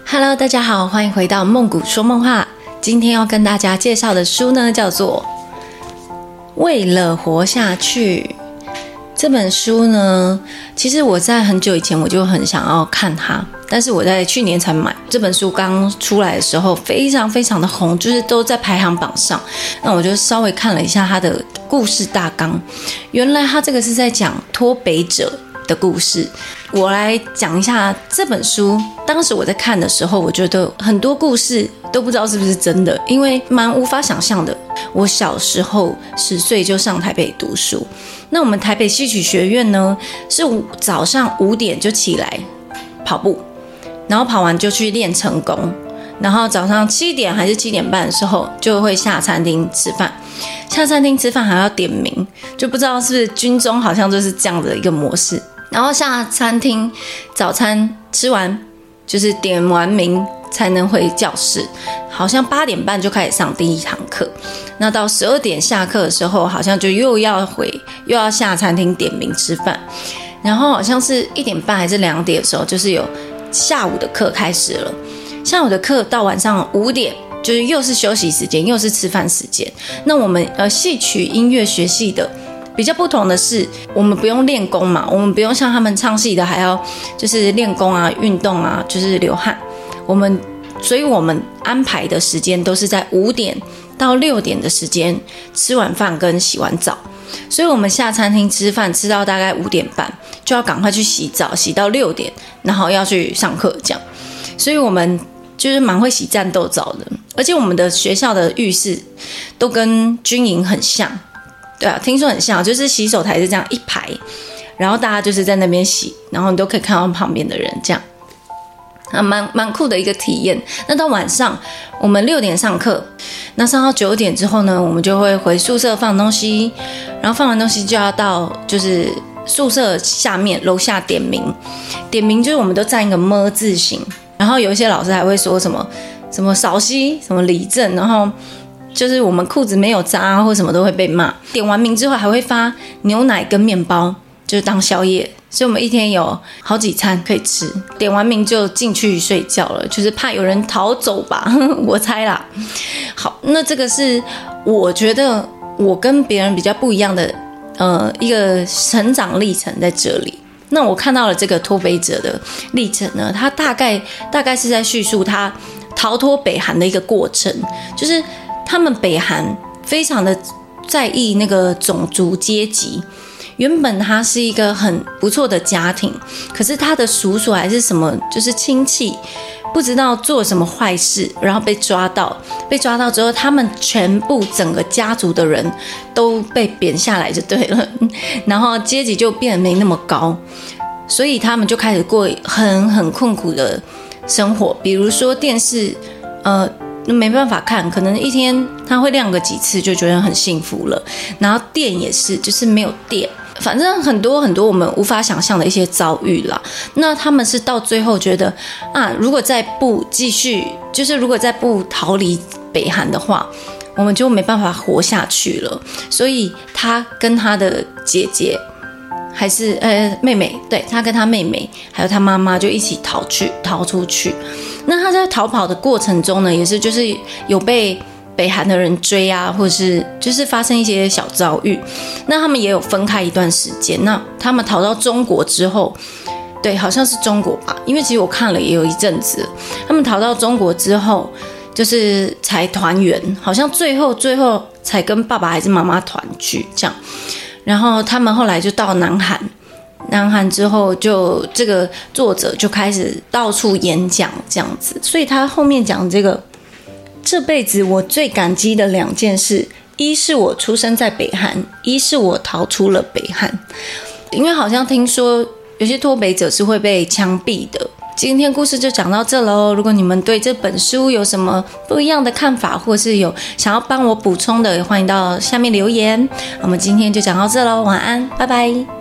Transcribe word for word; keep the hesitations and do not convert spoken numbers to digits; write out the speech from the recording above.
Hello， 大家好，欢迎回到梦谷说梦话。今天要跟大家介绍的书呢，叫做《为了活下去》。这本书呢，其实我在很久以前我就很想要看它，但是我在去年才买。这本书刚出来的时候非常非常的红，就是都在排行榜上。那我就稍微看了一下它的故事大纲，原来它这个是在讲脱北者的故事。我来讲一下这本书，当时我在看的时候，我觉得很多故事都不知道是不是真的，因为蛮无法想象的。我小时候十岁就上台北读书，那我们台北戏曲学院呢，是早上五点就起来跑步，然后跑完就去练成功，然后早上七点还是七点半的时候就会下餐厅吃饭，下餐厅吃饭还要点名，就不知道是不是军中好像就是这样的一个模式。然后下餐厅早餐吃完，就是点完名才能回教室，好像八点半就开始上第一堂课，那到十二点下课的时候，好像就又要回又要下餐厅点名吃饭，然后好像是一点半还是两点的时候，就是有下午的课开始了。下午的课到晚上五点，就是又是休息时间，又是吃饭时间。那我们呃戏曲音乐学系的比较不同的是，我们不用练功嘛，我们不用像他们唱戏的还要就是练功啊、运动啊，就是流汗。我们，所以我们安排的时间都是在五点到六点的时间，吃完饭跟洗完澡。所以我们下餐厅吃饭，吃到大概五点半，就要赶快去洗澡，洗到六点，然后要去上课这样。所以我们就是蛮会洗战斗澡的，而且我们的学校的浴室都跟军营很像。对啊，听说很像，就是洗手台是这样一排，然后大家就是在那边洗，然后你都可以看到旁边的人这样，啊，蛮蛮酷的一个体验。那到晚上我们六点上课，那上到九点之后呢，我们就会回宿舍放东西，然后放完东西就要到就是宿舍下面楼下点名，点名就是我们都站一个么字形，然后有一些老师还会说什么什么扫息，什么立正，然后就是我们裤子没有扎或什么都会被骂。点完名之后还会发牛奶跟面包，就是当宵夜，所以我们一天有好几餐可以吃。点完名就进去睡觉了，就是怕有人逃走吧，我猜啦。好，那这个是我觉得我跟别人比较不一样的呃一个成长历程在这里。那我看到了这个脱北者的历程呢，他大概大概是在叙述他逃脱北韩的一个过程，就是他们北韩非常的在意那个种族阶级，原本他是一个很不错的家庭，可是他的叔叔还是什么就是亲戚不知道做什么坏事，然后被抓到被抓到之后，他们全部整个家族的人都被贬下来就对了，然后阶级就变得没那么高，所以他们就开始过很很困苦的生活。比如说电视呃没办法看，可能一天他会亮个几次就觉得很幸福了，然后电也是，就是没有电，反正很多很多我们无法想象的一些遭遇啦。那他们是到最后觉得啊，如果再不继续，就是如果再不逃离北韩的话，我们就没办法活下去了。所以他跟他的姐姐还是呃妹妹，对，他跟他妹妹还有他妈妈就一起逃去逃出去。那他在逃跑的过程中呢，也是就是有被北韩的人追啊，或者是就是发生一些小遭遇。那他们也有分开一段时间。那他们逃到中国之后，对，好像是中国吧，因为其实我看了也有一阵子。他们逃到中国之后，就是才团圆，好像最后最后才跟爸爸还是妈妈团聚这样。然后他们后来就到南韩，南韩之后就这个作者就开始到处演讲这样子。所以他后面讲这个，这辈子我最感激的两件事，一是我出生在北韩，一是我逃出了北韩。因为好像听说有些脱北者是会被枪毙的。今天故事就讲到这咯，如果你们对这本书有什么不一样的看法，或是有想要帮我补充的，也欢迎到下面留言。我们今天就讲到这咯，晚安，拜拜。